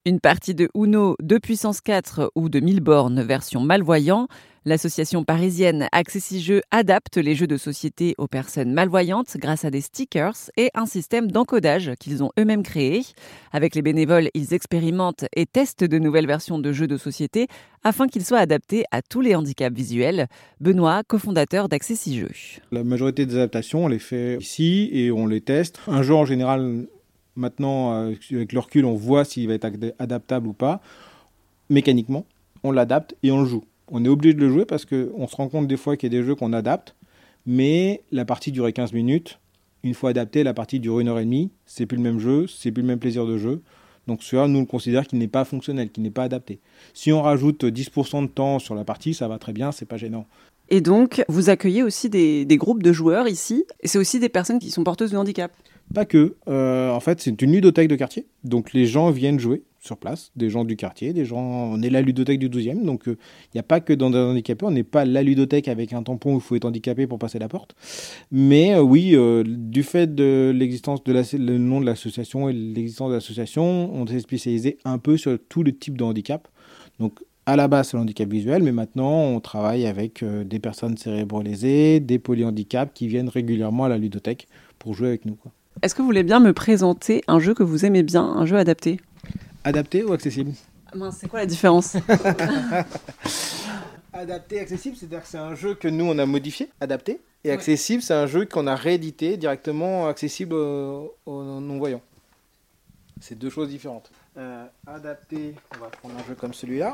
Une partie de Uno, de puissance 4 ou de 1000 bornes version malvoyant. L'association parisienne Accessi-Jeux adapte les jeux de société aux personnes malvoyantes grâce à des stickers et un système d'encodage qu'ils ont eux-mêmes créé. Avec les bénévoles, ils expérimentent et testent de nouvelles versions de jeux de société afin qu'ils soient adaptés à tous les handicaps visuels. Benoît, cofondateur d'Accessi-Jeux. La majorité des adaptations, on les fait ici et on les teste. Un jeu en général, maintenant, avec le recul, on voit s'il va être adaptable ou pas. Mécaniquement, on l'adapte et on le joue. On est obligé de le jouer parce qu'on se rend compte des fois qu'il y a des jeux qu'on adapte, mais la partie durait 15 minutes. Une fois adaptée, la partie dure 1h30. C'est plus le même jeu, c'est plus le même plaisir de jeu. Donc celui-là, nous, on le considère qu'il n'est pas fonctionnel, qu'il n'est pas adapté. Si on rajoute 10% de temps sur la partie, ça va très bien, c'est pas gênant. Et donc, vous accueillez aussi des groupes de joueurs ici, et c'est aussi des personnes qui sont porteuses de handicap. Pas que. En fait, c'est une ludothèque de quartier. Donc les gens viennent jouer sur place, des gens du quartier, on est la ludothèque du 12e, donc il n'y a pas que dans des handicapés, on n'est pas la ludothèque avec un tampon où il faut être handicapé pour passer la porte. Mais oui, du fait de l'existence de le nom de l'association et l'existence de l'association, on s'est spécialisé un peu sur tous les types de handicap. Donc à la base, c'est le handicap visuel, mais maintenant, on travaille avec des personnes cérébro-lésées, des polyhandicaps qui viennent régulièrement à la ludothèque pour jouer avec nous, quoi. Est-ce que vous voulez bien me présenter un jeu que vous aimez bien, un jeu adapté ? Adapté ou accessible ? Mince, c'est quoi la différence ? Adapté, accessible, c'est-à-dire que c'est un jeu que nous, on a modifié, adapté. Et accessible, c'est un jeu qu'on a réédité directement accessible aux non-voyants. C'est deux choses différentes. Adapté, on va prendre un jeu comme celui-là.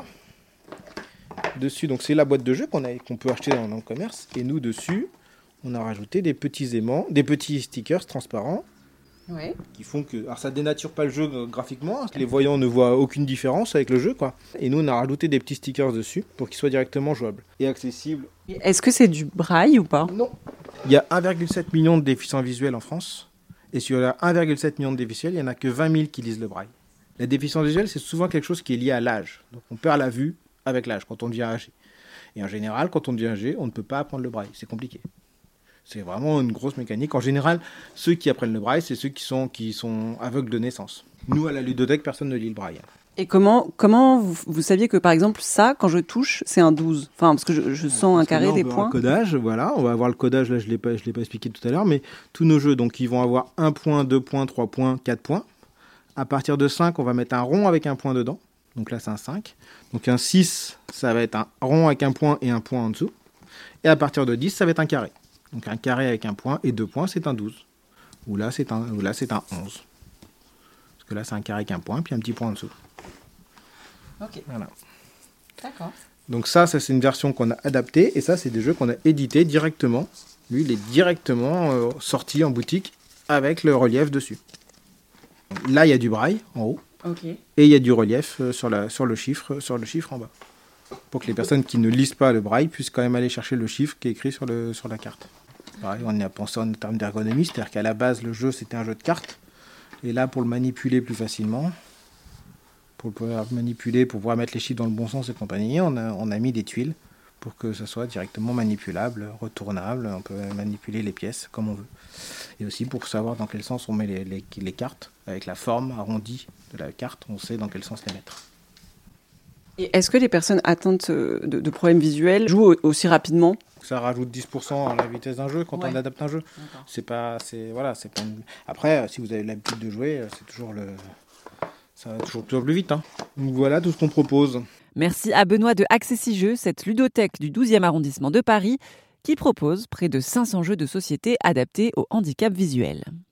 Dessus, donc c'est la boîte de jeu qu'on peut acheter dans le commerce. Et nous, dessus, on a rajouté des petits aimants, des petits stickers transparents. Ouais. Qui font que... Alors ça dénature pas le jeu graphiquement, les voyants ne voient aucune différence avec le jeu, quoi. Et nous, on a rajouté des petits stickers dessus pour qu'ils soient directement jouables et accessibles. Est-ce que c'est du braille ou pas ? Non. Il y a 1,7 million de déficients visuels en France. Et sur les 1,7 million de déficients, il n'y en a que 20 000 qui lisent le braille. La déficience visuelle, c'est souvent quelque chose qui est lié à l'âge. Donc on perd la vue avec l'âge, quand on devient âgé. Et en général, quand on devient âgé, on ne peut pas apprendre le braille. C'est compliqué. C'est vraiment une grosse mécanique. En général, ceux qui apprennent le braille, c'est ceux qui sont aveugles de naissance. Nous, à la ludothèque, personne ne lit le braille. Et comment vous saviez que, par exemple, ça, quand je touche, c'est un 12 ? Enfin, parce que je sens un carré, des points. Un codage, voilà. On va avoir le codage, là, je l'ai pas expliqué tout à l'heure, mais tous nos jeux, donc, ils vont avoir 1 point, 2 points, 3 points, 4 points. À partir de 5, on va mettre un rond avec un point dedans. Donc là, c'est un 5. Donc un 6, ça va être un rond avec un point et un point en dessous. Et à partir de 10, ça va être un carré. Donc un carré avec un point et 2 points, c'est un 12. Ou là, c'est un 11. Parce que là, c'est un carré avec un point, puis un petit point en dessous. Ok. Voilà. D'accord. Donc ça, c'est une version qu'on a adaptée. Et ça, c'est des jeux qu'on a édités directement. Lui, il est directement sorti en boutique avec le relief dessus. Là, il y a du braille en haut. Ok. Et il y a du relief sur le chiffre en bas. Pour que les personnes qui ne lisent pas le braille puissent quand même aller chercher le chiffre qui est écrit sur la carte. Pareil, on y a pensé en termes d'ergonomie, c'est-à-dire qu'à la base, le jeu, c'était un jeu de cartes. Et là, pour le manipuler plus facilement, pour pouvoir manipuler, pour pouvoir mettre les chiffres dans le bon sens et compagnie, on a mis des tuiles pour que ça soit directement manipulable, retournable. On peut manipuler les pièces comme on veut. Et aussi pour savoir dans quel sens on met les cartes. Avec la forme arrondie de la carte, on sait dans quel sens les mettre. Et est-ce que les personnes atteintes de problèmes visuels jouent aussi rapidement ? Ça rajoute 10% à la vitesse d'un jeu quand on adapte un jeu. D'accord. Après, si vous avez l'habitude de jouer, ça va toujours plus vite. Hein. Donc voilà tout ce qu'on propose. Merci à Benoît de Accessi-Jeux, cette ludothèque du 12e arrondissement de Paris, qui propose près de 500 jeux de société adaptés au handicap visuel.